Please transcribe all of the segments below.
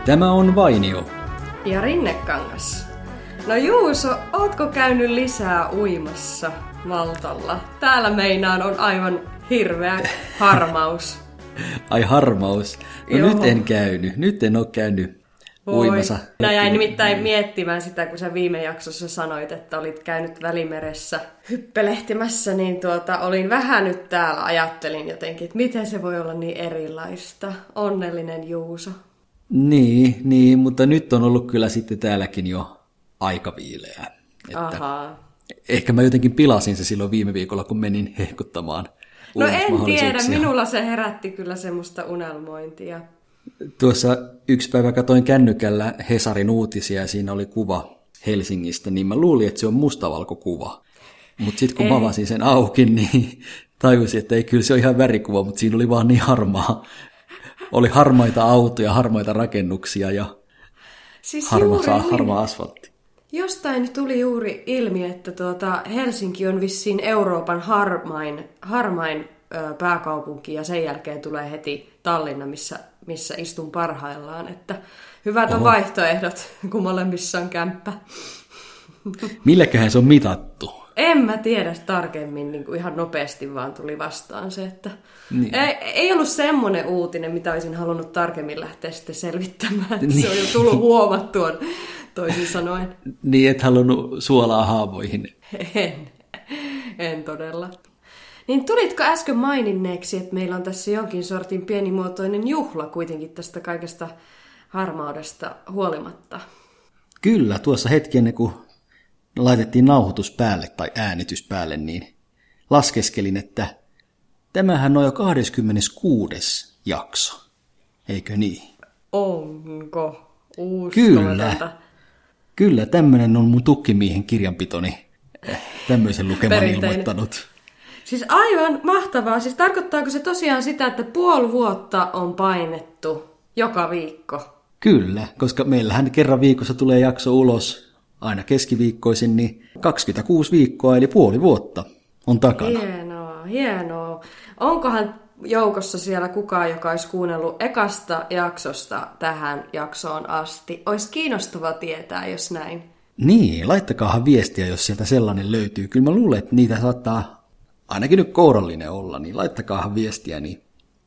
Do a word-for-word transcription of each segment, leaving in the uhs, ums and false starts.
Tämä on Vainio. Ja Rinnekangas. No Juuso, ootko käynyt lisää uimassa Maltalla? Täällä meinaan on aivan hirveä harmaus. Ai harmaus. No Joo. Nyt en käynyt. Nyt en ole käynyt Voi. uimassa. Mä jäin nimittäin miettimään sitä, kun sä viime jaksossa sanoit, että olit käynyt Välimeressä hyppelehtimässä, niin tuota, olin vähän nyt täällä, ajattelin jotenkin, että miten se voi olla niin erilaista. Onnellinen Juuso. Niin, niin, mutta nyt on ollut kyllä sitten täälläkin jo aika viileää. Ahaa. Ehkä mä jotenkin pilasin se silloin viime viikolla, kun menin hehkuttamaan. No en tiedä, minulla se herätti kyllä semmoista unelmointia. Tuossa yksi päivä katoin kännykällä Hesarin uutisia ja siinä oli kuva Helsingistä, niin mä luulin, että se on mustavalkokuva. Mutta sitten kun mä avasin sen auki, niin tajusin, että ei kyllä se ole ihan värikuva, mutta siinä oli vaan niin harmaa. Oli harmaita autoja, harmaita rakennuksia ja siis harma, niin, harma asfaltti. Jostain tuli juuri ilmi, että tuota Helsinki on vissiin Euroopan harmain, harmain ö, pääkaupunki ja sen jälkeen tulee heti Tallinna, missä, missä istun parhaillaan. Että hyvät on Oho. vaihtoehdot, kun molemmissa on kämppä. Milläköhän se on mitattu? En mä tiedä tarkemmin, niin kuin ihan nopeasti vaan tuli vastaan se, että niin. ei, ei ollut semmoinen uutinen, mitä olisin halunnut tarkemmin lähteä sitten selvittämään. Niin. Se on jo tullut huomattua, toisin sanoen. Niin, et halunnut suolaa haavoihin. En, en todella. Niin tulitko äsken maininneeksi, että meillä on tässä jonkin sortin pienimuotoinen juhla kuitenkin tästä kaikesta harmaudesta huolimatta? Kyllä, tuossa hetki ennen kuin laitettiin nauhoitus päälle tai äänitys päälle, niin laskeskelin, että tämähän on jo kahdeskymmeneskuudes jakso. Eikö niin? Onko? Uskomatonta. Kyllä. Kyllä, tämmöinen on mun tukkimiehen kirjanpitoni tämmöisen lukeman ilmoittanut. Siis aivan mahtavaa. Siis tarkoittaako se tosiaan sitä, että puoli vuotta on painettu joka viikko? Kyllä, koska meillähän kerran viikossa tulee jakso ulos aina keskiviikkoisin, niin kaksikymmentäkuusi viikkoa, eli puoli vuotta on takana. Hienoa, hienoa. Onkohan joukossa siellä kukaan, joka olisi kuunnellut ekasta jaksosta tähän jaksoon asti? Olisi kiinnostava tietää, jos näin. Niin, laittakaahan viestiä, jos sieltä sellainen löytyy. Kyllä mä luulen, että niitä saattaa ainakin nyt kourallinen olla, niin laittakaahan viestiä, niin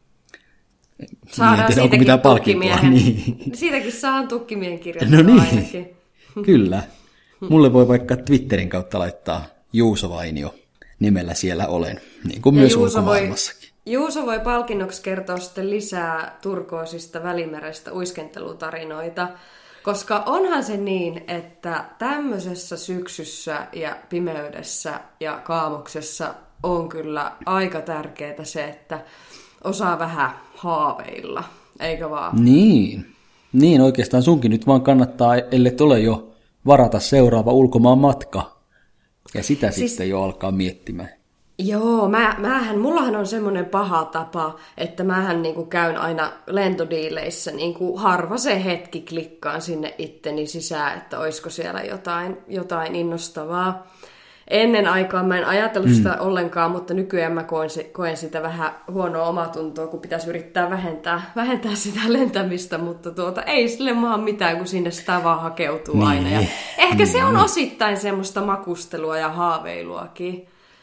saadaan tiedä, siitäkin tukkimiehen. Niin. Siitäkin saan tukkimiehen kirjoittaa no niin. ainakin. Kyllä. Mulle voi vaikka Twitterin kautta laittaa Juuso Vainio nimellä siellä olen, niin kuin ja myös Juuso ulkomaailmassakin. Voi, Juuso voi palkinnoksi kertoa sitten lisää turkoosista Välimerestä uiskentelutarinoita, koska onhan se niin, että tämmöisessä syksyssä ja pimeydessä ja kaamoksessa on kyllä aika tärkeää se, että osaa vähän haaveilla, eikö vaan? Niin, niin oikeastaan sunkin nyt vaan kannattaa, ellei ole jo varata seuraava ulkomaan matka ja sitä siis, sitten jo alkaa miettimään. Joo, mä, mähän, mullahan on semmoinen paha tapa, että mähän niinku käyn aina lentodiileissä niinku harva se hetki klikkaan sinne itteni sisään, että olisiko siellä jotain, jotain innostavaa. Ennen aikaa mä en ajatellut sitä mm. ollenkaan, mutta nykyään mä koen, koen sitä vähän huonoa omatuntoa, kun pitäisi yrittää vähentää, vähentää sitä lentämistä, mutta tuota, ei sille maa mitään, kun sinne sitä vaan hakeutuu niin. aina. Ja ehkä niin. se on osittain semmoista makustelua ja haaveiluakin,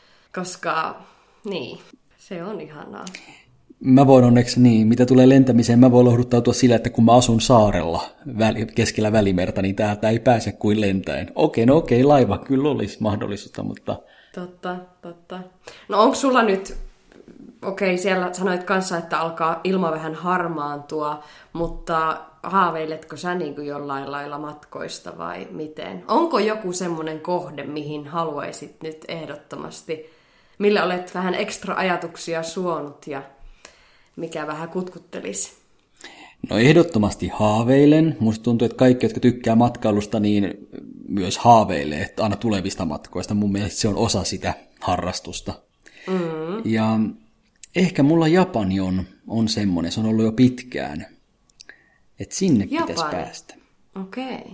koska niin, se on ihanaa. Mä voin onneksi niin, mitä tulee lentämiseen, mä voin lohduttautua sillä, että kun mä asun saarella väli, keskellä Välimerta, niin täältä ei pääse kuin lentäen. Okei, no okei, laiva kyllä olisi mahdollisuutta, mutta... Totta, totta. No onko sulla nyt, okei, siellä sanoit kanssa, että alkaa ilma vähän harmaantua, mutta haaveiletko sä niin kuin jollain lailla matkoista vai miten? Onko joku semmoinen kohde, mihin haluaisit nyt ehdottomasti, millä olet vähän ekstra ajatuksia suonut ja... mikä vähän kutkuttelisi? No ehdottomasti haaveilen. Musta tuntuu, että kaikki, jotka tykkää matkailusta, niin myös haaveilee, että aina tulevista matkoista. Mun mielestä se on osa sitä harrastusta. Mm. Ja ehkä mulla Japani on, on semmoinen, se on ollut jo pitkään. Että sinne Japani. Pitäisi päästä. Okei. Okay.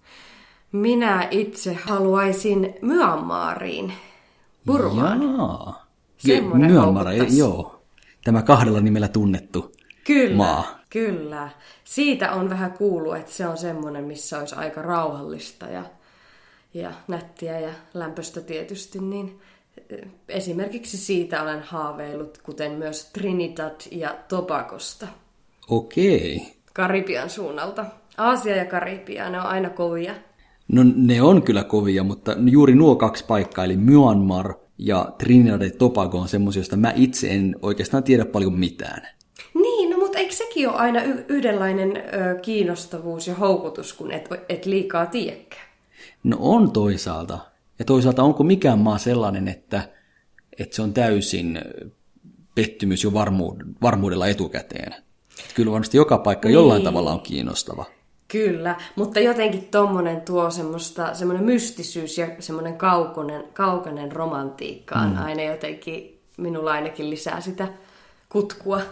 Minä itse haluaisin Myanmariin. Burmaan. Jaa. Myanmar, joo. Tämä kahdella nimellä tunnettu kyllä, maa. Kyllä. Siitä on vähän kuullut, että se on semmoinen, missä olisi aika rauhallista ja, ja nättiä ja lämpöistä tietysti, niin esimerkiksi siitä olen haaveillut, kuten myös Trinidad ja Tobagosta. Okei. Karibian suunnalta. Aasia ja Karibia, ne on aina kovia. No ne on kyllä kovia, mutta juuri nuo kaksi paikkaa, eli Myanmar ja Trinidad ja Tobago on semmoisia, joista mä itse en oikeastaan tiedä paljon mitään. Niin, no mutta eikö sekin ole aina y- yhdenlainen ö, kiinnostavuus ja houkutus, kun et, et liikaa tiedäkään? No on toisaalta. Ja toisaalta onko mikään maa sellainen, että, että se on täysin pettymys jo varmu- varmuudella etukäteen? Kyllä varmasti joka paikka niin. Jollain tavalla on kiinnostava. Kyllä, mutta jotenkin tommonen tuo semmoista, semmoinen mystisyys ja semmoinen kaukonen, kaukainen romantiikka on mm. aina jotenkin, minulla ainakin lisää sitä kutkua,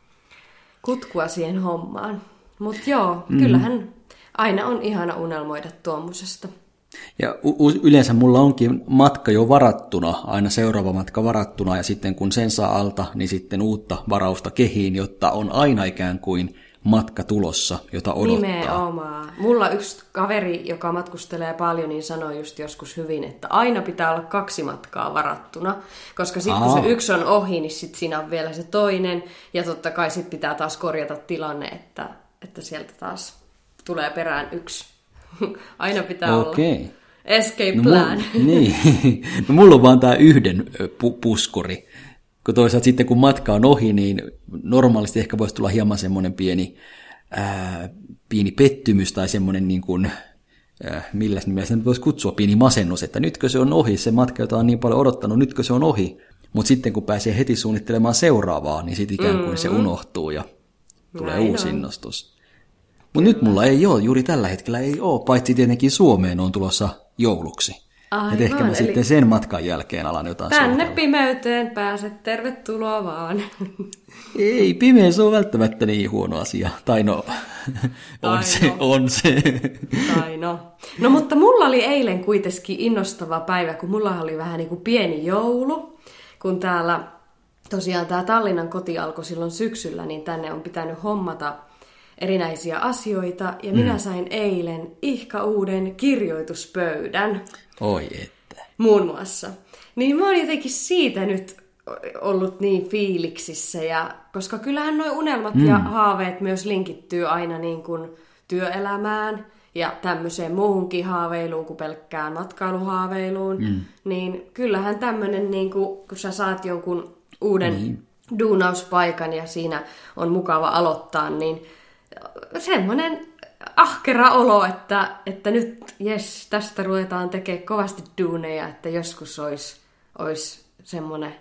kutkua siihen hommaan. Mutta joo, mm. kyllähän aina on ihana unelmoida tuommoisesta. Ja u- yleensä mulla onkin matka jo varattuna, aina seuraava matka varattuna, ja sitten kun sen saa alta, niin sitten uutta varausta kehiin, jotta on aina ikään kuin matka tulossa, jota odottaa. Nimenomaan. Mulla yksi kaveri, joka matkustelee paljon, niin sanoi just joskus hyvin, että aina pitää olla kaksi matkaa varattuna, koska sitten kun se yksi on ohi, niin sitten siinä on vielä se toinen, ja totta kai sitten pitää taas korjata tilanne, että, että sieltä taas tulee perään yksi. Aina pitää Okei. olla escape no, plan. Mul, niin. No mulla on vaan tämä yhden pu- puskuri. Kun toisaalta sitten kun matka on ohi, niin normaalisti ehkä voisi tulla hieman semmoinen pieni, ää, pieni pettymys tai semmoinen, niin kuin, ää, millä nimellä nyt voisi kutsua, pieni masennus, että nytkö se on ohi, se matka, jota on niin paljon odottanut, nytkö se on ohi. Mutta sitten kun pääsee heti suunnittelemaan seuraavaa, niin sitten ikään kuin mm-hmm. se unohtuu ja tulee Näin uusi on. innostus. Mutta nyt mulla ei ole, juuri tällä hetkellä ei ole, paitsi tietenkin Suomeen on tulossa jouluksi. Aivan, et ehkä mä eli sitten sen matkan jälkeen alan jotain tänne suunnitella. Pimeyteen pääset, tervetuloa vaan. Ei, pimeys on välttämättä niin huono asia. Tai no, on tai se, no. on se. Tai no. No mutta mulla oli eilen kuitenkin innostava päivä, kun mulla oli vähän niin kuin pieni joulu. Kun täällä tosiaan tää Tallinnan koti alkoi silloin syksyllä, niin tänne on pitänyt hommata erinäisiä asioita. Ja mm. minä sain eilen ihka uuden kirjoituspöydän. Oi että. Muun muassa. Niin mä oon jotenkin siitä nyt ollut niin fiiliksissä, ja, koska kyllähän nuo unelmat mm. ja haaveet myös linkittyy aina niin kuin työelämään ja tämmöiseen muuhunkin haaveiluun kuin pelkkään matkailuhaaveiluun. Mm. Niin kyllähän tämmöinen, niin kuin, kun sä saat jonkun uuden mm. duunauspaikan ja siinä on mukava aloittaa, niin semmoinen ahkera olo, että, että nyt jes, tästä ruvetaan tekemään kovasti duuneja, että joskus olisi, olisi semmoinen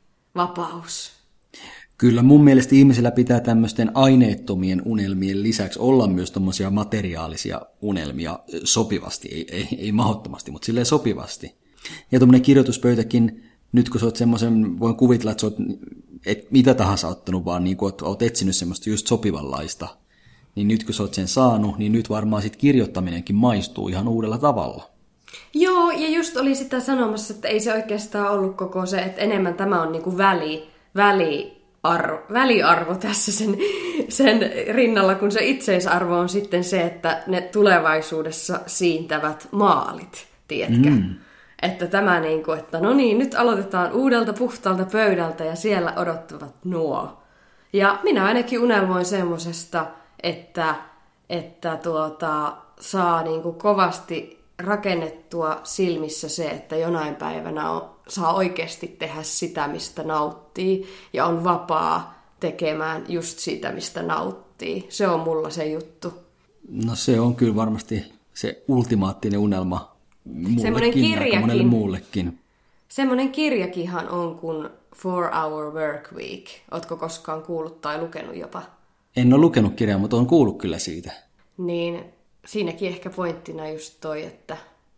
vapaus. Kyllä mun mielestä ihmisillä pitää tämmöisten aineettomien unelmien lisäksi olla myös tommosia materiaalisia unelmia sopivasti, ei, ei, ei mahdottomasti, mutta silleen sopivasti. Ja tommonen kirjoituspöytäkin, nyt kun sä oot semmoisen, voin kuvitella, että sä oot et mitä tahansa ottanut, vaan niin kuin oot etsinyt semmoista just sopivanlaista, niin nyt kun sä oot sen saanut, niin nyt varmaan sit kirjoittaminenkin maistuu ihan uudella tavalla. Joo, ja just oli sitä sanomassa, että ei se oikeastaan ollut koko se, että enemmän tämä on niinku väli, väliarvo, väliarvo tässä sen, sen rinnalla, kun se itseisarvo on sitten se, että ne tulevaisuudessa siintävät maalit, tiedätkö? Mm. Että tämä niinku, että no niin, nyt aloitetaan uudelta puhtaalta pöydältä ja siellä odottavat nuo. Ja minä ainakin unelmoin semmosesta, että, että tuota, saa niinku kovasti rakennettua silmissä se, että jonain päivänä on, saa oikeasti tehdä sitä, mistä nauttii, ja on vapaa tekemään just sitä, mistä nauttii. Se on mulla se juttu. No se on kyllä varmasti se ultimaattinen unelma mullekin ja monelle muullekin. Semmoinen kirjakinhan on kuin Four Hour Work Week. Ootko koskaan kuullut tai lukenut jopa? En ole lukenut kirjaa, mutta olen kuullut kyllä siitä. Niin siinäkin ehkä pointtina just toi, että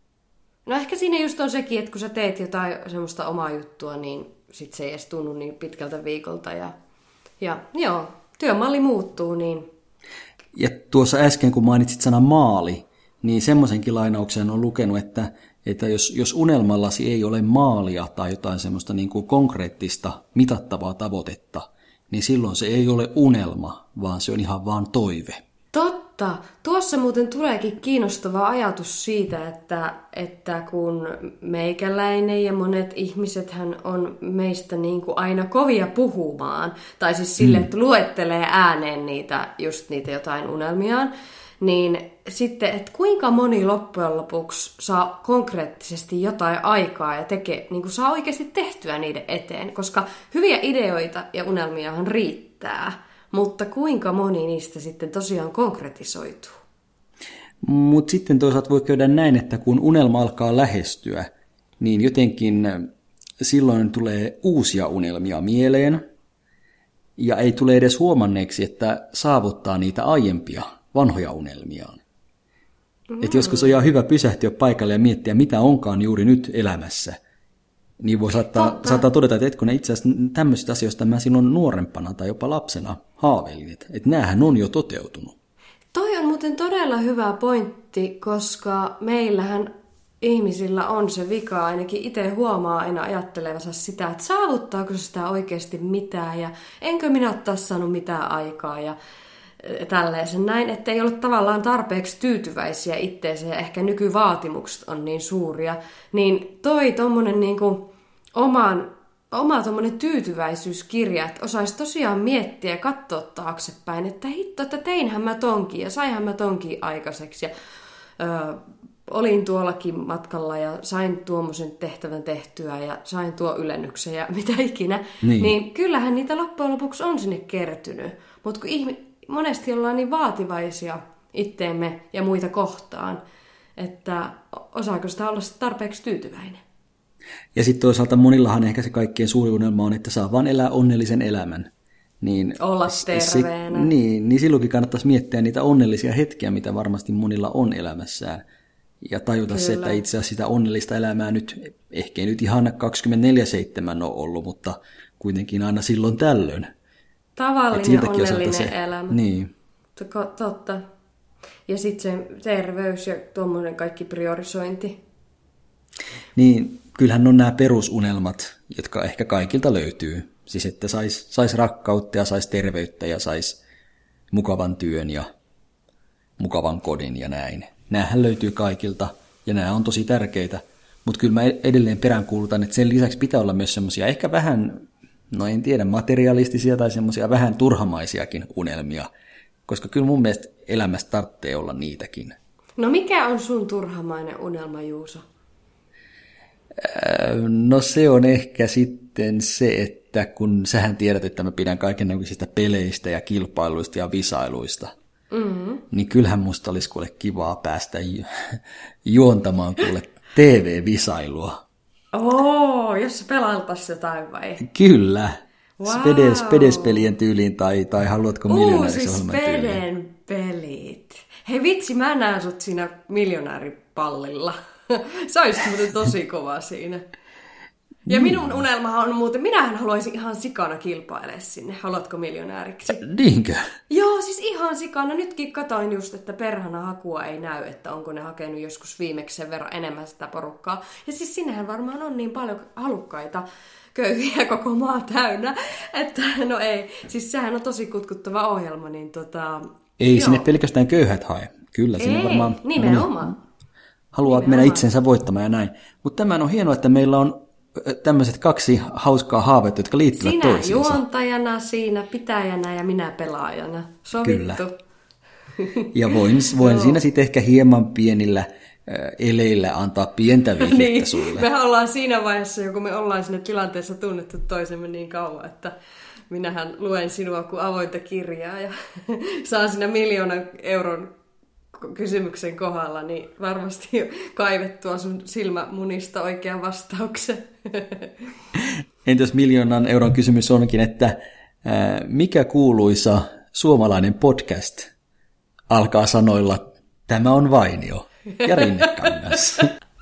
no ehkä siinä just on sekin, että kun sä teet jotain semmoista omaa juttua, niin sit se ei edes tunnu niin pitkältä viikolta. Ja, ja joo, työmalli muuttuu, niin. Ja tuossa äsken, kun mainitsit sanan maali, niin semmoisenkin lainauksen on lukenut, että, että jos, jos unelmallasi ei ole maalia tai jotain semmoista niin kuin konkreettista, mitattavaa tavoitetta, niin silloin se ei ole unelma, vaan se on ihan vaan toive. Totta. Tuossa muuten tuleekin kiinnostava ajatus siitä, että, että kun meikäläinen ja monet ihmisethän on meistä niin kuin aina kovia puhumaan, tai siis sille, mm. että luettelee ääneen niitä, just niitä jotain unelmiaan, niin sitten, että kuinka moni loppujen lopuksi saa konkreettisesti jotain aikaa ja tekee, niin kuin saa oikeasti tehtyä niiden eteen, koska hyviä ideoita ja unelmiahan riittää, mutta kuinka moni niistä sitten tosiaan konkretisoituu? Mutta sitten toisaalta voi käydä näin, että kun unelma alkaa lähestyä, niin jotenkin silloin tulee uusia unelmia mieleen, ja ei tule edes huomanneeksi, että saavuttaa niitä aiempia vanhoja unelmiaan. Mm. Et joskus on ihan hyvä pysähtyä paikalle ja miettiä, mitä onkaan juuri nyt elämässä. Niin voi saattaa, saattaa todeta, että etkö ne itse asiassa tämmöisistä asioista mä silloin nuorempana tai jopa lapsena haaveilin, että, että näähän on jo toteutunut. Toi on muuten todella hyvä pointti, koska meillähän ihmisillä on se vika, ainakin itse huomaa aina ajattelevansa sitä, että saavuttaako sitä oikeasti mitään ja enkö minä ole taas saanut mitään aikaa ja tällaisen näin, että ei ole tavallaan tarpeeksi tyytyväisiä itteensä ja ehkä nykyvaatimukset on niin suuria, niin toi tommonen niinku oman, oma tommonen tyytyväisyyskirja, että osaisi tosiaan miettiä ja katsoa taaksepäin, että hitto, että teinhän mä tonkin ja sainhan mä tonkin aikaiseksi ja ö, olin tuollakin matkalla ja sain tuommoisen tehtävän tehtyä ja sain tuo ylennyksen ja mitä ikinä, niin, niin kyllähän niitä loppujen lopuksi on sinne kertynyt, mutta kun ihmi- monesti ollaan niin vaativaisia itteemme ja muita kohtaan, että osaako sitä olla tarpeeksi tyytyväinen. Ja sitten toisaalta monillahan ehkä se kaikkien suuri unelma on, että saa vaan elää onnellisen elämän. Niin olla terveenä. Se, niin, niin silloinkin kannattaisi miettiä niitä onnellisia hetkiä, mitä varmasti monilla on elämässään. Ja tajuta Kyllä. se, että itse asiassa sitä onnellista elämää nyt, ehkä ei nyt ihan kaksikymmentäneljä seitsemän ole ollut, mutta kuitenkin aina silloin tällöin. Tavallinen onnellinen se, elämä. Niin. Totta. Ja sitten se terveys ja tuommoinen kaikki priorisointi. Niin, kyllähän on nämä perusunelmat, jotka ehkä kaikilta löytyy. Siis että sais, sais rakkautta ja sais terveyttä ja sais mukavan työn ja mukavan kodin ja näin. Nämähän löytyy kaikilta ja nämä on tosi tärkeitä. Mutta kyllä mä edelleen peräänkuulutan, että sen lisäksi pitää olla myös semmoisia ehkä vähän, no en tiedä, materialistisia tai semmoisia vähän turhamaisiakin unelmia. Koska kyllä mun mielestä elämässä tarvitsee olla niitäkin. No mikä on sun turhamainen unelma, Juuso? No se on ehkä sitten se, että kun sähän tiedät, että mä pidän kaikennäköisistä peleistä ja kilpailuista ja visailuista, mm-hmm. niin kyllähän musta olisi kuule kivaa päästä ju- juontamaan kuule T V-visailua. Oo, jos sä pelailtaisi jotain vai? Kyllä. Wow. Spedes, Spedes-pelien tyyliin tai, tai haluatko miljonäärisohjelman tyyliin? tyyliin? Speden pelit. Hei vitsi, mä näen sut siinä miljonääripallilla. Sä olisit muuten tosi kova siinä. Ja mm. minun unelmahan on muuten, minähän haluaisin ihan sikana kilpailea sinne. Haluatko miljonääriksi? Niinkö? Joo, siis ihan sikana. Nytkin katoin just, että perhana hakua ei näy, että onko ne hakenut joskus viimeksi sen verran enemmän sitä porukkaa. Ja siis sinnehän varmaan on niin paljon halukkaita köyhiä koko maa täynnä, että no ei. Siis sehän on tosi kutkuttava ohjelma, niin tota... Ei joo. Sinne pelkästään köyhät hae. Kyllä, ei, sinne varmaan... nimenomaan. Haluaa mennä itsensä voittamaan ja näin. Mutta tämä on hienoa, että meillä on tämmöiset kaksi hauskaa haavetta, jotka liittyvät Sinä toisiinsa. Sinä juontajana, siinä pitäjänä ja minä pelaajana. Sovittu. Kyllä. Ja voin, voin siinä sitten ehkä hieman pienillä eleillä antaa pientä vihjettä niin, sulle. Me ollaan siinä vaiheessa, kun me ollaan siinä tilanteessa tunnettu toisemme niin kauan, että minähän luen sinua kuin avointa kirjaa ja saan siinä miljoonan euron kysymyksen kohdalla, niin varmasti kaivettua sun silmämunista oikean vastauksen. Entäs miljoonan euron kysymys onkin, että ää, mikä kuuluisa suomalainen podcast alkaa sanoilla, tämä on Vainio ja Rinnekangas.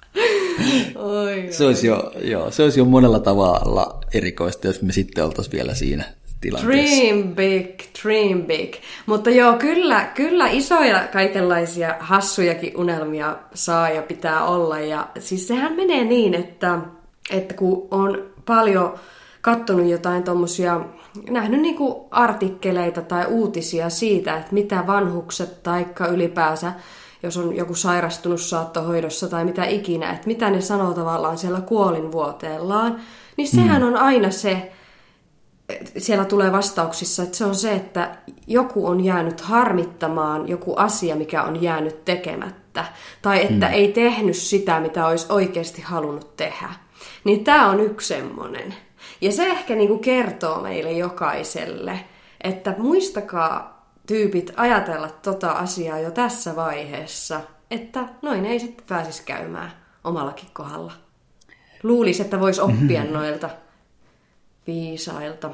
Oi, se, olisi jo, joo, se olisi jo monella tavalla erikoista, jos me sitten oltaisiin vielä siinä tilanteessa. Dream big, dream big. Mutta joo, kyllä, kyllä isoja kaikenlaisia hassujakin unelmia saa ja pitää olla. Ja siis sehän menee niin, että, että kun on paljon katsonut jotain tommosia, nähnyt niinku artikkeleita tai uutisia siitä, että mitä vanhukset taikka ylipäänsä, jos on joku sairastunut saattohoidossa tai mitä ikinä, että mitä ne sanoo tavallaan siellä kuolinvuoteellaan, niin sehän mm. on aina se, siellä tulee vastauksissa, että se on se, että joku on jäänyt harmittamaan, joku asia, mikä on jäänyt tekemättä, tai että mm. ei tehnyt sitä, mitä olisi oikeasti halunnut tehdä. Niin tämä on yksi semmoinen. Ja se ehkä niinku kertoo meille jokaiselle, että muistakaa tyypit ajatella tota asiaa jo tässä vaiheessa, että noin ei sitten pääsisi käymään omallakin kohdalla. Luulisi, että voisi oppia mm-hmm. noilta viisailta.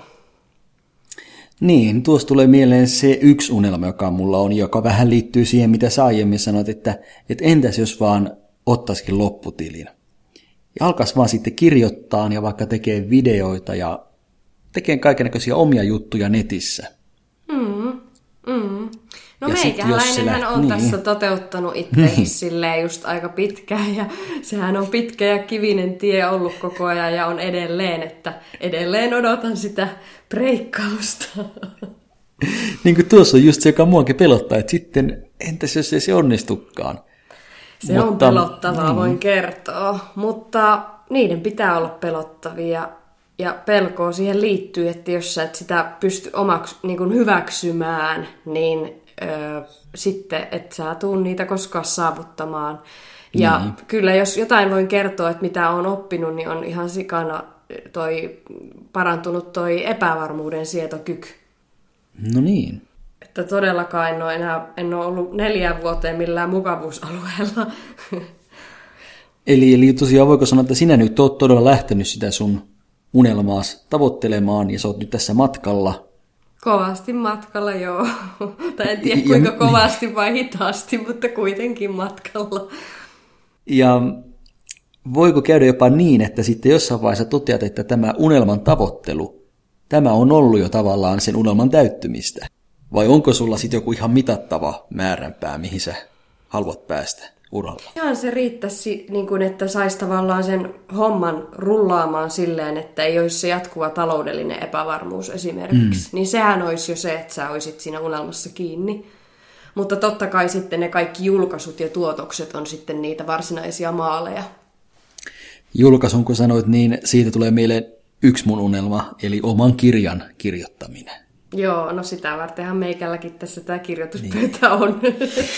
Niin, tuossa tulee mieleen se yksi unelma, joka mulla on, joka vähän liittyy siihen, mitä sä aiemmin sanoit, että, että entäs jos vaan ottaisikin lopputilin. Ja alkaisi vaan sitten kirjoittaa ja vaikka tekee videoita ja tekee kaikennäköisiä omia juttuja netissä. Mm, mm. No meikäläinenhän on niin. tässä toteuttanut itsekin niin. silleen just aika pitkään, ja sehän on pitkä ja kivinen tie ollut koko ajan ja on edelleen, että edelleen odotan sitä breikkausta. Niin kuin tuossa on just se, joka muakin pelottaa, että sitten entäs jos ei se onnistukaan. Se mutta, on pelottavaa, niin. voin kertoa, mutta niiden pitää olla pelottavia. Ja pelkoa siihen liittyy, että jos sä et sitä pysty omaks, niin kuin hyväksymään, niin ö, sitten et sä tuu niitä koskaan saavuttamaan. Ja mm. kyllä jos jotain voin kertoa, että mitä on oppinut, niin on ihan sikana toi parantunut toi epävarmuuden sietokyky. No niin. Että todellakaan en ole enää en ole ollut neljään vuoteen millään mukavuusalueella. Eli, eli tosiaan voiko sanoa, että sinä nyt oot todella lähtenyt sitä sun unelmaas tavoittelemaan, ja sä oot nyt tässä matkalla. Kovasti matkalla, joo. Tai en tiedä kuinka ja, kovasti vai hitaasti, mutta kuitenkin matkalla. Ja voiko käydä jopa niin, että sitten jossain vaiheessa toteat, että tämä unelman tavoittelu, tämä on ollut jo tavallaan sen unelman täyttymistä? Vai onko sulla sitten joku ihan mitattava määränpää, mihin sä haluat päästä uralla? Ihan se riittäisi, niin kuin, että saisi tavallaan sen homman rullaamaan silleen, että ei olisi se jatkuva taloudellinen epävarmuus esimerkiksi. Mm. Niin sehän olisi jo se, että sä olisit siinä unelmassa kiinni. Mutta totta kai sitten ne kaikki julkaisut ja tuotokset on sitten niitä varsinaisia maaleja. Julkaisun, kun sanoit, niin siitä tulee mieleen yksi mun unelma, eli oman kirjan kirjoittaminen. Joo, no sitä vartenhan meikälläkin tässä tämä kirjoituspöytä niin. on.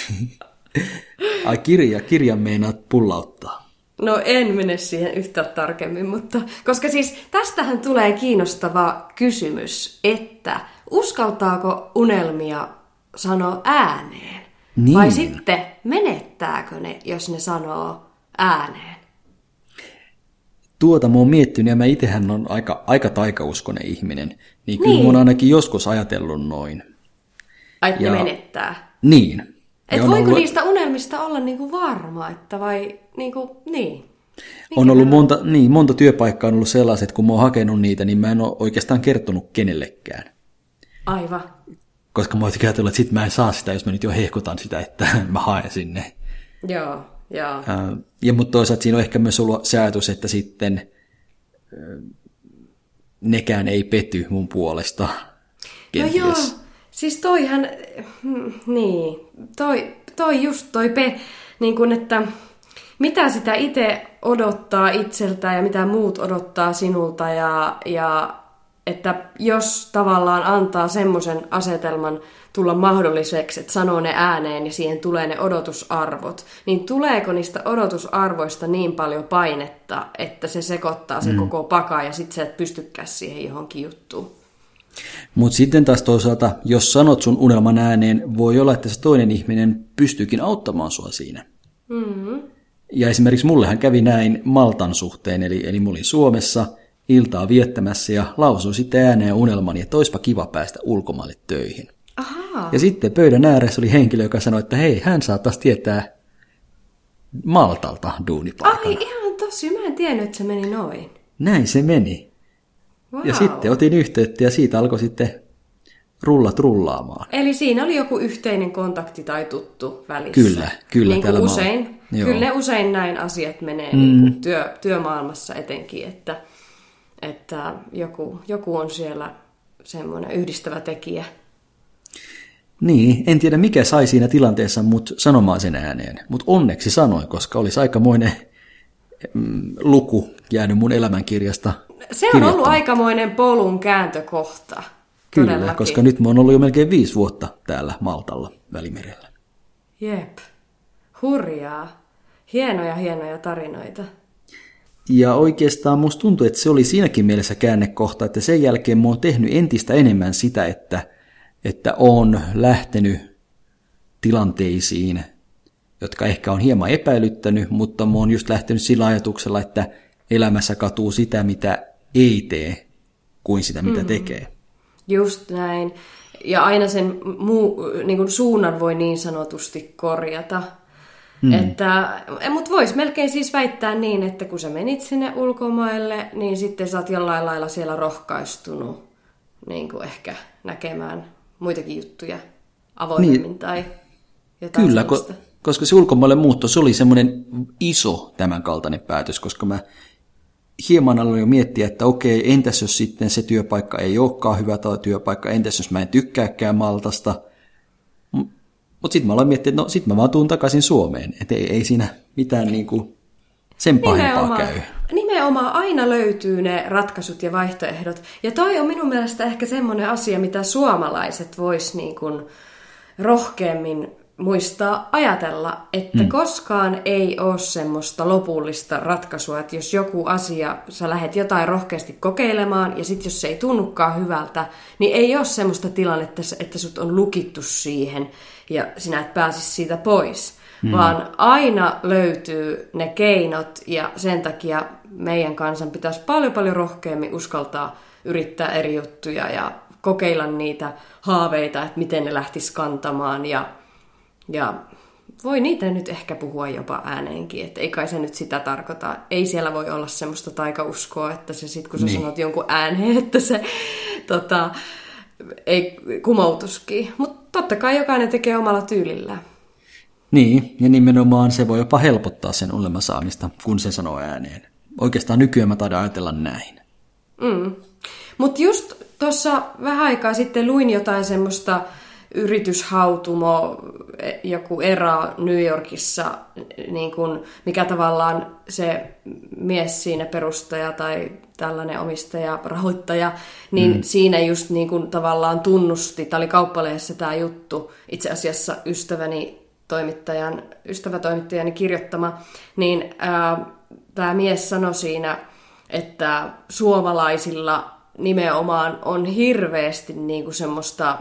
Ai kirja, kirjan meinaat pullauttaa. No en mene siihen yhtä tarkemmin, mutta koska siis tästähän tulee kiinnostava kysymys, että uskaltaako unelmia sanoa ääneen? Niin. Vai sitten menettääkö ne, jos ne sanoo ääneen? Tuota mä oon miettinyt, ja mä itsehän on aika, aika taikauskoinen ihminen, niin kyllä niin. mä oon ainakin joskus ajatellut noin. Ai, että ja... ne menettää? Niin. Et voiko ollut... niistä unelmista olla niinku varma, että vai niinku, niin? Mikä on ollut monta, niin, monta työpaikkaa on ollut sellaiset, kun mä oon hakenut niitä, niin mä en ole oikeastaan kertonut kenellekään. Aivan. Koska mä oon ajatellut, että sit mä en saa sitä, jos mä nyt jo hehkutan sitä, että mä haen sinne. Joo, joo. Ja mutta toisaalta siinä on ehkä myös ollut se ajatus, että sitten nekään ei pety mun puolesta kenties. No joo. Siis toihan, niin, toi, toi just toi pe, niin kun, että mitä sitä itse odottaa itseltä ja mitä muut odottaa sinulta ja, ja että jos tavallaan antaa semmoisen asetelman tulla mahdolliseksi, että sanoo ne ääneen ja siihen tulee ne odotusarvot, niin tuleeko niistä odotusarvoista niin paljon painetta, että se sekoittaa sen mm. koko pakan ja sit sä et pystykään siihen johonkin juttuun? Mutta sitten taas toisaalta, jos sanot sun unelman ääneen, voi olla, että se toinen ihminen pystyykin auttamaan sua siinä. Mm-hmm. Ja esimerkiksi mullehan kävi näin Maltan suhteen, eli, eli mä olin Suomessa iltaa viettämässä ja lausuin sitten ääneen unelmani, että oispa kiva päästä ulkomaille töihin. Aha. Ja sitten pöydän ääressä oli henkilö, joka sanoi, että hei, hän saattaisi tietää Maltalta duunipaikan. Ai ihan tosi, mä en tiennyt, että se meni noin. Näin se meni. Wow. Ja sitten otin yhteyttä ja siitä alkoi sitten rullat rullaamaan. Eli siinä oli joku yhteinen kontakti tai tuttu välissä. Kyllä, kyllä. Niin kuin usein, kyllä ne usein näin asiat menee mm. niin kuin työ, työmaailmassa etenkin, että että joku, joku on siellä semmoinen yhdistävä tekijä. Niin, en tiedä mikä sai siinä tilanteessa mut sanomaan sen ääneen, mutta onneksi sanoin, koska olisi aikamoinen mm, luku jäänyt mun elämänkirjasta. Se on ollut aikamoinen polun kääntökohta. Kyllä, todellakin. Koska nyt mä oon ollut jo melkein viisi vuotta täällä Maltalla Välimerellä. Jep, hurjaa. Hienoja, hienoja tarinoita. Ja oikeastaan musta tuntuu, että se oli siinäkin mielessä käännekohta, että sen jälkeen mä oon tehnyt entistä enemmän sitä, että, että oon lähtenyt tilanteisiin, jotka ehkä on hieman epäilyttänyt, mutta mä oon just lähtenyt sillä ajatuksella, että elämässä katuu sitä, mitä ei tee, kuin sitä, mitä mm-hmm. tekee. Just näin. Ja aina sen muu, niin kuin suunnan voi niin sanotusti korjata. Mm. Että, mutta voisi melkein siis väittää niin, että kun sä menit sinne ulkomaille, niin sitten sä oot jollain lailla siellä rohkaistunut niin kuin ehkä näkemään muitakin juttuja avoimemmin niin, tai jotain kyllä, ko- koska se ulkomaille muutto, se oli semmoinen iso tämänkaltainen päätös, koska mä hieman aloin jo miettiä, että okei, entäs jos sitten se työpaikka ei olekaan hyvä tai työpaikka, entäs jos mä en tykkääkään Maltasta. Mutta sitten mä aloin miettiä, että no sit mä vaan tuun takaisin Suomeen, että ei, ei siinä mitään niinku sen pahempaa nimenomaan, käy. Nimenomaan aina löytyy ne ratkaisut ja vaihtoehdot. Ja toi on minun mielestä ehkä semmoinen asia, mitä suomalaiset vois niinku rohkeammin muistaa ajatella, että mm. koskaan ei ole semmoista lopullista ratkaisua, että jos joku asia, sä lähdet jotain rohkeasti kokeilemaan, ja sitten jos se ei tunnukaan hyvältä, niin ei ole semmoista tilannetta, että sut on lukittu siihen, ja sinä et pääsisi siitä pois. Mm. Vaan aina löytyy ne keinot, ja sen takia meidän kansan pitäisi paljon paljon rohkeammin uskaltaa yrittää eri juttuja, ja kokeilla niitä haaveita, että miten ne lähtisi kantamaan, ja Ja voi niitä nyt ehkä puhua jopa ääneenkin, että ei kai se nyt sitä tarkoita. Ei siellä voi olla semmoista taikauskoa, että se sit kun sä niin. sanot jonkun ääneen, että se tota, ei kumoutuskin. Mutta totta kai jokainen tekee omalla tyylillään. Niin, ja nimenomaan se voi jopa helpottaa sen unelman saamista, kun se sanoo ääneen. Oikeastaan nykyään mä taidan ajatella näin. Mm. Mutta just tuossa vähän aikaa sitten luin jotain semmoista yrityshautumo, joku era New Yorkissa, niin kun, mikä tavallaan se mies siinä perustaja tai tällainen omistaja, rahoittaja, niin mm. siinä just niin kun tavallaan tunnusti, tämä oli Kauppalehdessä tämä juttu, itse asiassa ystäväni toimittajan, ystävätoimittajani kirjoittama, niin ää, tämä mies sanoi siinä, että suomalaisilla nimenomaan on hirveästi niin kuin semmoista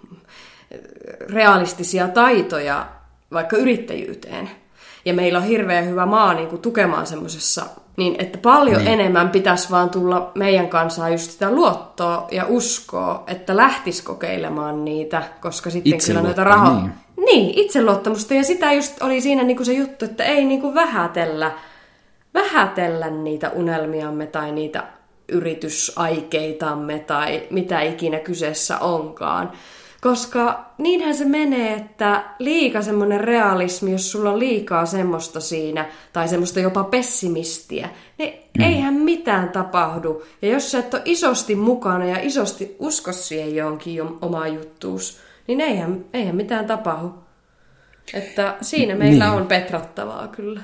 realistisia taitoja vaikka yrittäjyyteen. Ja meillä on hirveän hyvä maa niin kuin tukemaan semmoisessa, niin että paljon niin. enemmän pitäisi vaan tulla meidän kansaa just sitä luottoa ja uskoa, että lähtisi kokeilemaan niitä, koska sitten kyllä noita rahoja... Niin. niin, itseluottamusta. Ja sitä just oli siinä niin kuin se juttu, että ei niin kuin vähätellä, vähätellä niitä unelmiamme tai niitä yritysaikeitamme tai mitä ikinä kyseessä onkaan. Koska niinhän se menee, että liika semmoinen realismi, jos sulla on liikaa semmoista siinä, tai semmoista jopa pessimistiä, niin mm. eihän mitään tapahdu. Ja jos sä et ole isosti mukana ja isosti usko siihen johonkin omaan juttuus, niin eihän, eihän mitään tapahdu. Että siinä meillä niin. on petrattavaa kyllä.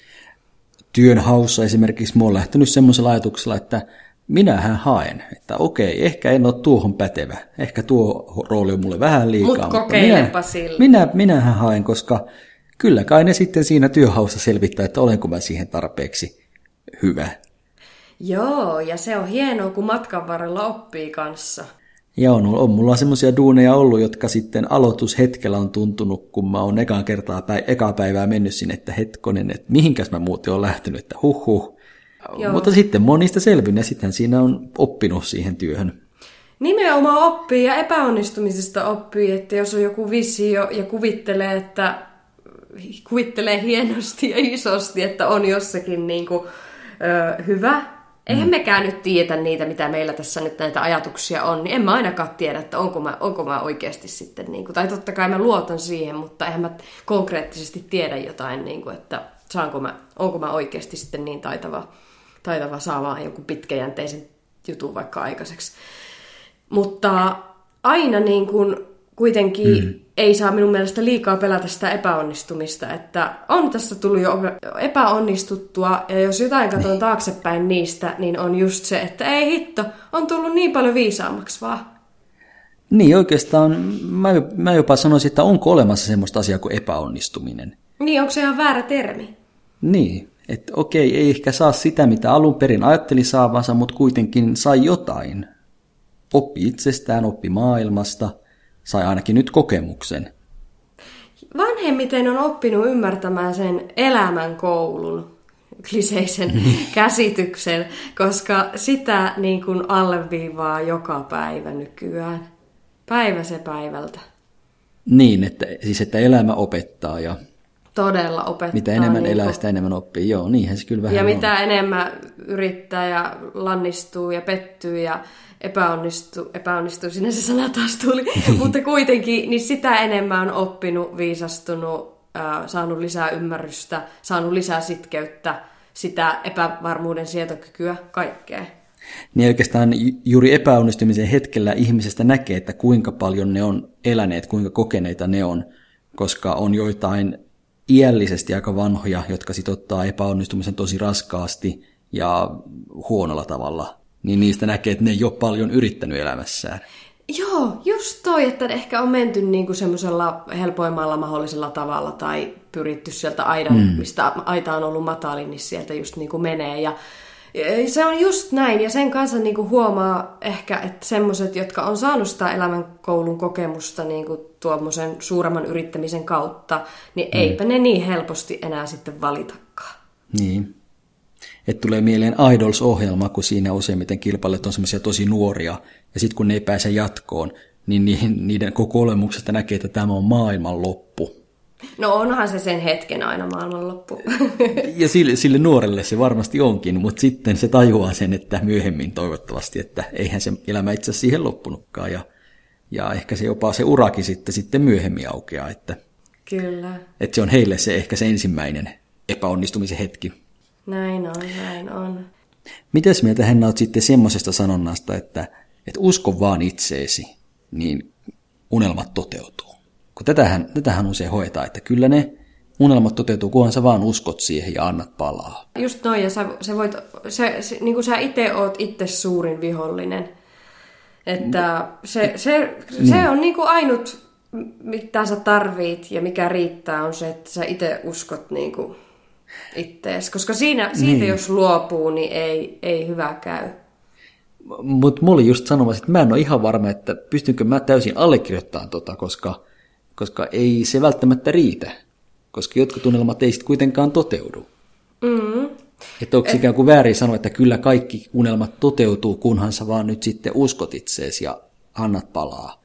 Työnhaussa esimerkiksi mä oon lähtenyt semmoisella ajatuksella, että minähän haen, että okei, ehkä en ole tuohon pätevä. Ehkä tuo rooli on mulle vähän liikaa. Mut kokeilepa minä, sillä. Minä, minähän haen, koska kyllä kai ne sitten siinä työhaussa selvittää, että olenko mä siihen tarpeeksi hyvä. Joo, ja se on hienoa, kun matkan varrella oppii kanssa. Ja on, on mulla semmoisia duuneja ollut, jotka sitten aloitushetkellä on tuntunut, kun mä oon ekaan kertaa päi- ekaa päivää mennyt sinne, että hetkonen, että mihinkäs mä muuten oon lähtenyt, että huh huh. Joo. Mutta sitten mä oon niistä selvinnyt ja sitten siinä on oppinut siihen työhön. Nimenomaan oppii ja epäonnistumisesta oppii, että jos on joku visio ja kuvittelee, että kuvittelee hienosti ja isosti, että on jossakin niin kuin, ö, hyvä. Eihän mm. mekään nyt tiedä niitä, mitä meillä tässä nyt näitä ajatuksia on, niin en mä ainakaan tiedä, että onko mä, onko mä oikeasti sitten, niin kuin, tai totta kai mä luotan siihen, mutta eihän mä konkreettisesti tiedä jotain, niin kuin, että saanko mä, onko mä oikeasti sitten niin taitava, taitava saamaan jonkun pitkäjänteisen jutun vaikka aikaiseksi. Mutta aina niin kuin kuitenkin mm. ei saa minun mielestä liikaa pelätä sitä epäonnistumista, että on tässä tullut jo epäonnistuttua, ja jos jotain katson niin taaksepäin niistä, niin on just se, että ei hitto, on tullut niin paljon viisaammaksi vaan. Niin, oikeastaan mä, mä jopa sanoisin, että onko olemassa semmoista asiaa kuin epäonnistuminen. Niin, onko se ihan väärä termi? Niin, että okei, ei ehkä saa sitä, mitä alun perin ajatteli saavansa, mutta kuitenkin sai jotain. Oppi itsestään, oppi maailmasta, sai ainakin nyt kokemuksen. Vanhemmiten on oppinut ymmärtämään sen elämän koulun kliseisen käsityksen, koska sitä niin kuin alleviivaa joka päivä nykyään. Päivä se päivältä. Niin, että, siis että elämä opettaa ja todella opettaa. Mitä enemmän niin elää, kun... sitä enemmän oppii. Joo, niinhän se kyllä vähän ja on. Ja mitä enemmän yrittää ja lannistuu ja pettyy ja epäonnistuu, epäonnistuu, sinne se sana taas tuli, mutta kuitenkin, niin sitä enemmän on oppinut, viisastunut, äh, saanut lisää ymmärrystä, saanut lisää sitkeyttä, sitä epävarmuuden sietokykyä, kaikkea. Niin oikeastaan juuri epäonnistumisen hetkellä ihmisestä näkee, että kuinka paljon ne on eläneet, kuinka kokeneita ne on, koska on joitain iällisesti aika vanhoja, jotka sit ottaa epäonnistumisen tosi raskaasti ja huonolla tavalla. Niin niistä näkee, että ne ei ole paljon yrittänyt elämässään. Joo, just toi, että ehkä on menty niinku semmoisella helpoimmalla mahdollisella tavalla tai pyritty sieltä aidan, mm. mistä aita on ollut matalin, niin sieltä just niinku menee. Ja se on just näin, ja sen kanssa niinku huomaa ehkä, että semmoiset, jotka on saanut sitä elämänkoulun kokemusta niinku tuommoisen suuremman yrittämisen kautta, niin mm. eipä ne niin helposti enää sitten valitakaan. Niin. Että tulee mieleen Idols-ohjelma, kun siinä useimmiten kilpailijat on semmoisia tosi nuoria, ja sitten kun ne ei pääse jatkoon, niin niiden koko olemuksesta näkee, että tämä on maailman loppu. No onhan se sen hetken aina maailmanloppu. Ja sille, sille nuorelle se varmasti onkin, mutta sitten se tajuaa sen, että myöhemmin toivottavasti, että eihän se elämä itse asiassa siihen loppunutkaan, ja, ja ehkä se jopa se urakin sitten, sitten myöhemmin aukeaa, että, Kyllä. että se on heille se ehkä se ensimmäinen epäonnistumisen hetki. Näin on, näin on. Mitäs mieltä Henna olet sitten semmoisesta sanonnasta, että, että usko vaan itseesi, niin unelmat toteutuu? Kun tätähän, tätähän usein hoitaa, että kyllä ne unelmat toteutuu, kunhan sä vaan uskot siihen ja annat palaa. Just noin, ja sä, sä voit, se, se, niin kuin sä itse oot itse suurin vihollinen. Että se, se, niin. se on niin kuin ainut, mitä sä tarvit ja mikä riittää, on se, että sä itse uskot niin kuin ittees. Koska siinä, siitä niin. jos luopuu, niin ei, ei hyvä käy. Mutta mulla oli just sanomassa, että mä en ole ihan varma, että pystynkö mä täysin allekirjoittamaan tota, koska, koska ei se välttämättä riitä. Koska jotkut unelmat ei sitten kuitenkaan toteudu. Mm. Että onko Et... ikään kuin väärin sanoa, että kyllä kaikki unelmat toteutuu, kunhan sä vaan nyt sitten uskot itseesi ja annat palaa.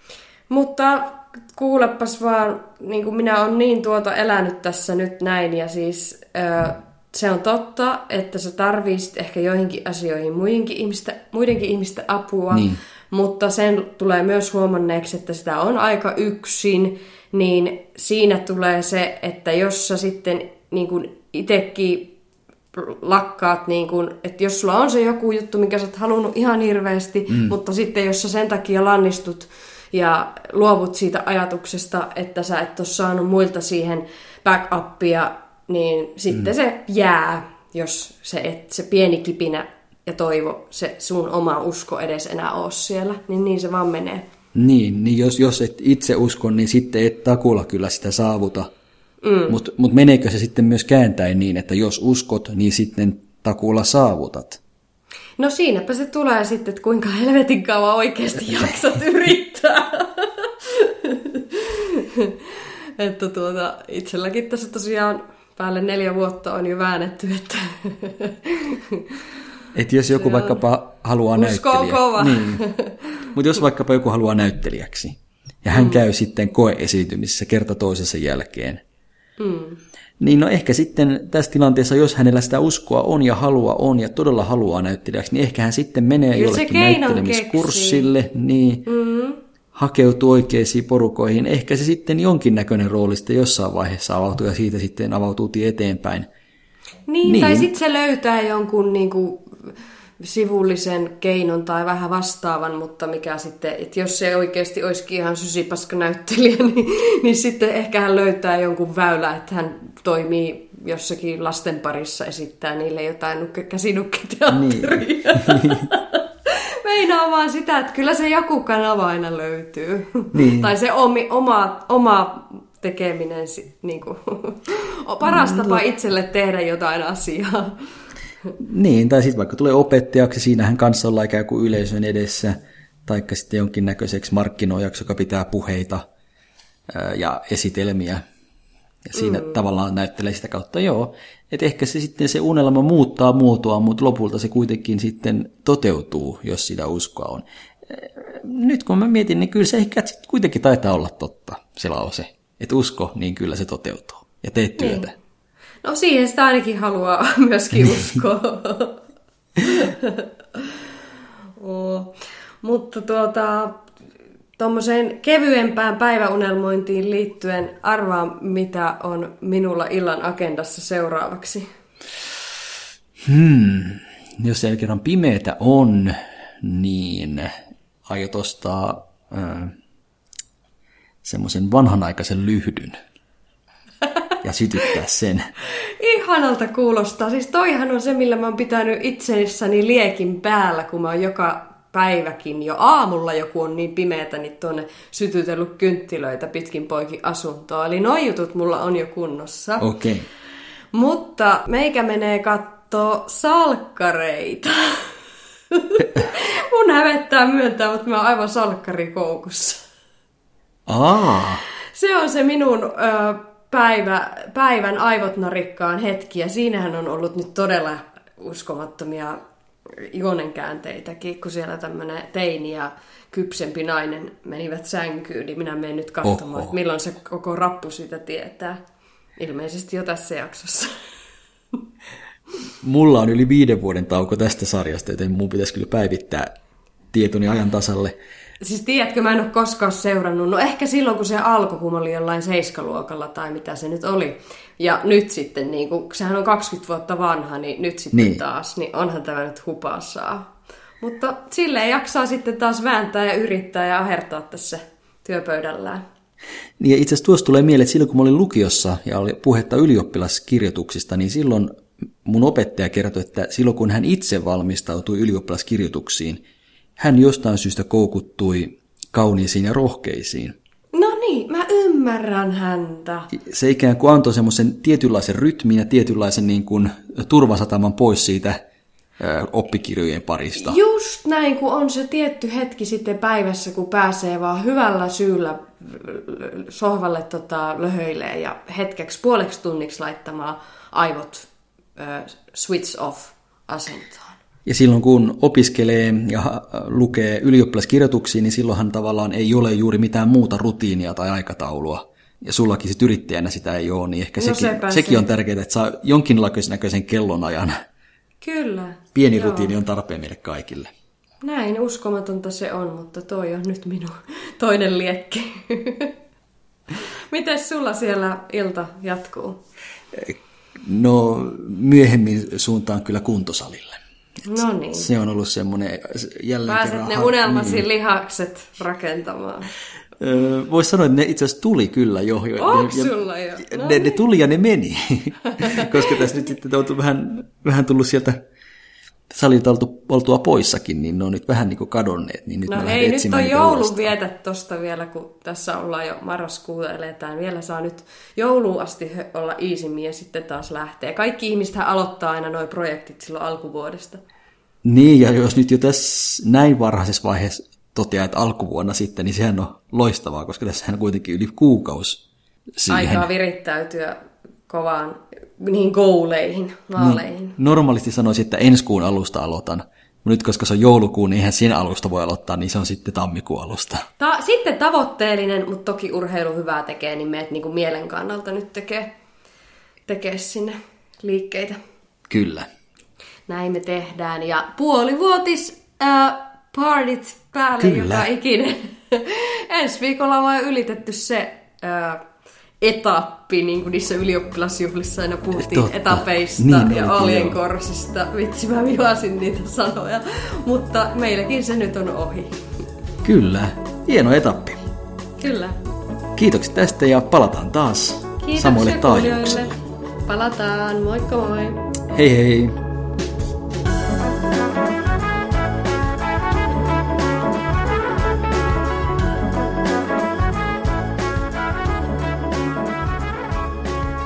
Mutta kuulepas vaan, niin kuin minä olen niin tuota elänyt tässä nyt näin, ja siis ö, se on totta, että sä tarvitset ehkä joihinkin asioihin muidenkin ihmisten, muidenkin ihmisten apua, niin. Mutta sen tulee myös huomanneeksi, että sitä on aika yksin, niin siinä tulee se, että jos sä sitten niin kuin itsekin lakkaat, niin kuin, että jos sulla on se joku juttu, minkä sä oot halunnut ihan hirveästi, mm. mutta sitten jos sä sen takia lannistut ja luovut siitä ajatuksesta, että sä et ole saanut muilta siihen backupia, niin sitten mm. se jää, jos se, et, se pieni kipinä ja toivo, se sun oma usko edes enää ole siellä, niin niin se vaan menee. Niin, niin jos, jos et itse usko, niin sitten et takulla kyllä sitä saavuta. Mm. Mutta mut meneekö se sitten myös kääntäen niin, että jos uskot, niin sitten takulla saavutat? No siinäpä se tulee sitten, että kuinka helvetin kauan oikeasti jaksat yrittää. Että tuota, itselläkin tässä tosiaan päälle neljä vuotta on jo väännetty, että... Että jos joku vaikkapa haluaa näyttelijä... Usko on kova. Niin. Mutta jos vaikkapa joku haluaa näyttelijäksi, ja hän mm. käy sitten koeesiintymisessä kerta toisensa jälkeen, mm. niin no ehkä sitten tässä tilanteessa, jos hänellä sitä uskoa on ja halua on ja todella haluaa näyttelijäksi, niin ehkä hän sitten menee Kyllä jollekin näyttelemiskurssille, niin mm. hakeutuu oikeisiin porukoihin. Ehkä se sitten jonkinnäköinen roolista jossain vaiheessa avautuu ja siitä sitten avautuu tie eteenpäin. Niin, niin. Tai sitten se löytää jonkun niinku sivullisen keinon tai vähän vastaavan, mutta mikä sitten, että jos se oikeasti olisikin ihan sysipaska näyttelijä, niin, niin sitten ehkä hän löytää jonkun väylä, että hän toimii jossakin lasten parissa, esittää niille jotain nukke- käsinukketeatteria. Niin. Meinaa vaan sitä, että kyllä se joku kanava aina löytyy. Niin. Tai se omi, oma, oma tekeminen, niin kuin, on paras tapa itselle tehdä jotain asiaa. Niin, tai sitten vaikka tulee opettajaksi, siinähän kanssa ollaan ikään kuin yleisön edessä, taikka sitten jonkinnäköiseksi markkinoijaksi, joka pitää puheita ää, ja esitelmiä. Ja siinä mm. tavallaan näyttelee sitä kautta, joo, että ehkä se sitten se unelma muuttaa muotoa, mutta lopulta se kuitenkin sitten toteutuu, jos sitä uskoa on. Nyt kun mä mietin, niin kyllä se ehkä sitten kuitenkin taitaa olla totta, se lause. Että usko, niin kyllä se toteutuu. Ja teet työtä. Niin. No siihen sitä ainakin haluaa myöskin uskoa. oh. Mutta tuota, tuommoiseen kevyempään päiväunelmointiin liittyen arvaa, mitä on minulla illan agendassa seuraavaksi. Hmm. Jos siellä kerran pimeätä on, niin aiot ostaa äh, semmoisen vanhanaikaisen lyhdyn ja sytyttää sen. Ihanalta kuulostaa. Siis toihan on se, millä mä oon pitänyt itsessäni liekin päällä, kun mä oon joka päiväkin jo aamulla joku on niin pimeätä, niin tuonne sytytellyt kynttilöitä pitkin poikin asuntoa. Eli noi jutut mulla on jo kunnossa. Okei. Okay. Mutta meikä menee kattoo salkkareita. Mun hävettää myöntää, mutta mä oon aivan salkkarikoukussa. Aa. Se on se minun ö, päivä, päivän aivot narikkaan hetki, ja siinähän on ollut nyt todella uskomattomia juonenkäänteitäkin, kun siellä tämmöinen teini ja kypsempi nainen menivät sänkyyn, niin minä menen nyt katsomaan, että milloin se koko rappu sitä tietää. Ilmeisesti jo tässä jaksossa. Mulla on yli viiden vuoden tauko tästä sarjasta, joten mun pitäisi kyllä päivittää tietoni ajan tasalle. Siis tiedätkö, mä en ole koskaan seurannut. No ehkä silloin, kun se alkoi, kun mä olin jollain seiskaluokalla tai mitä se nyt oli. Ja nyt sitten, niin kun, sehän on kaksikymmentä vuotta vanha, niin nyt sitten niin. taas, niin onhan tämä nyt hupaasaa. Mutta silleen jaksaa sitten taas vääntää ja yrittää ja ahertaa tässä työpöydällään. Niin ja itse asiassa tuossa tulee mieleen, että silloin kun mä olin lukiossa ja oli puhetta ylioppilaskirjoituksista, niin silloin mun opettaja kertoi, että silloin kun hän itse valmistautui ylioppilaskirjoituksiin, hän jostain syystä koukuttui kauniisiin ja rohkeisiin. No niin, mä ymmärrän häntä. Se ikään kuin antoi semmoisen tietynlaisen rytmin ja tietynlaisen niin kuin turvasataman pois siitä ö, oppikirjojen parista. Just näin, kun on se tietty hetki sitten päivässä, kun pääsee vaan hyvällä syyllä sohvalle tota, löhöilee ja hetkeksi puoleksi tunniksi laittamaan aivot ö, switch off asentoon. Ja silloin kun opiskelee ja lukee ylioppilaskirjoituksia, niin silloinhan tavallaan ei ole juuri mitään muuta rutiinia tai aikataulua. Ja sullakin sit yrittäjänä sitä ei ole, niin ehkä no sekin, sekin on tärkeää, että saa jonkinlaisen kellonajan. Kyllä. Pieni joo. rutiini on tarpeen meille kaikille. Näin uskomatonta se on, mutta toi on nyt minun toinen liekki. Mites sulla siellä ilta jatkuu? No myöhemmin suuntaan kyllä kuntosalille. No niin. Se on ollut semmoinen jälleen Pääset kerran... ne unelmasi niin. lihakset rakentamaan. Öö, Voisi sanoa, että ne itse asiassa tuli kyllä jo. Onko sulla jo? No ne, niin. ne tuli ja ne meni. Koska tässä nyt sitten on vähän, vähän tullut sieltä salilta oltu, oltua poissakin, niin ne on nyt vähän niin kuin kadonneet. Niin nyt no ei, nyt on joulun vietä tuosta vielä, kun tässä ollaan jo marraskuuta eletään. Vielä saa nyt jouluun asti olla iisimmin ja sitten taas lähtee. Kaikki ihmisethän aloittaa aina nuo projektit silloin alkuvuodesta. Niin, ja jos nyt jo tässä näin varhaisessa vaiheessa toteaa, että alkuvuonna sitten, niin sehän on loistavaa, koska tässähän on kuitenkin yli kuukausi siihen. Aikaa virittäytyä kovaan niihin gouleihin, maaleihin. Niin, normaalisti sanoisin, että ensi kuun alusta aloitan. Nyt koska se on joulukuun, niin eihän siinä alusta voi aloittaa, niin se on sitten tammikuun alusta. Ta- sitten tavoitteellinen, mutta toki urheilu hyvää tekee, niin meet niinku mielen kannalta nyt tekee, tekee sinne liikkeitä. Kyllä. Näin me tehdään. Ja puolivuotis äh, partit päälle Kyllä. joka ikinen. Ensi viikolla ollaan ylitetty se äh, etappi, niin kuin niissä ylioppilasjuhlissa aina puhuttiin Totta. etapeista niin, ja oli, alienkorsista. Vitsi, mä vihasin niitä sanoja, mutta meilläkin se nyt on ohi. Kyllä, hieno etappi. Kyllä. Kiitokset tästä ja palataan taas Kiitoksia samoille taajuuksille. Palataan, moikka moi! Hei hei!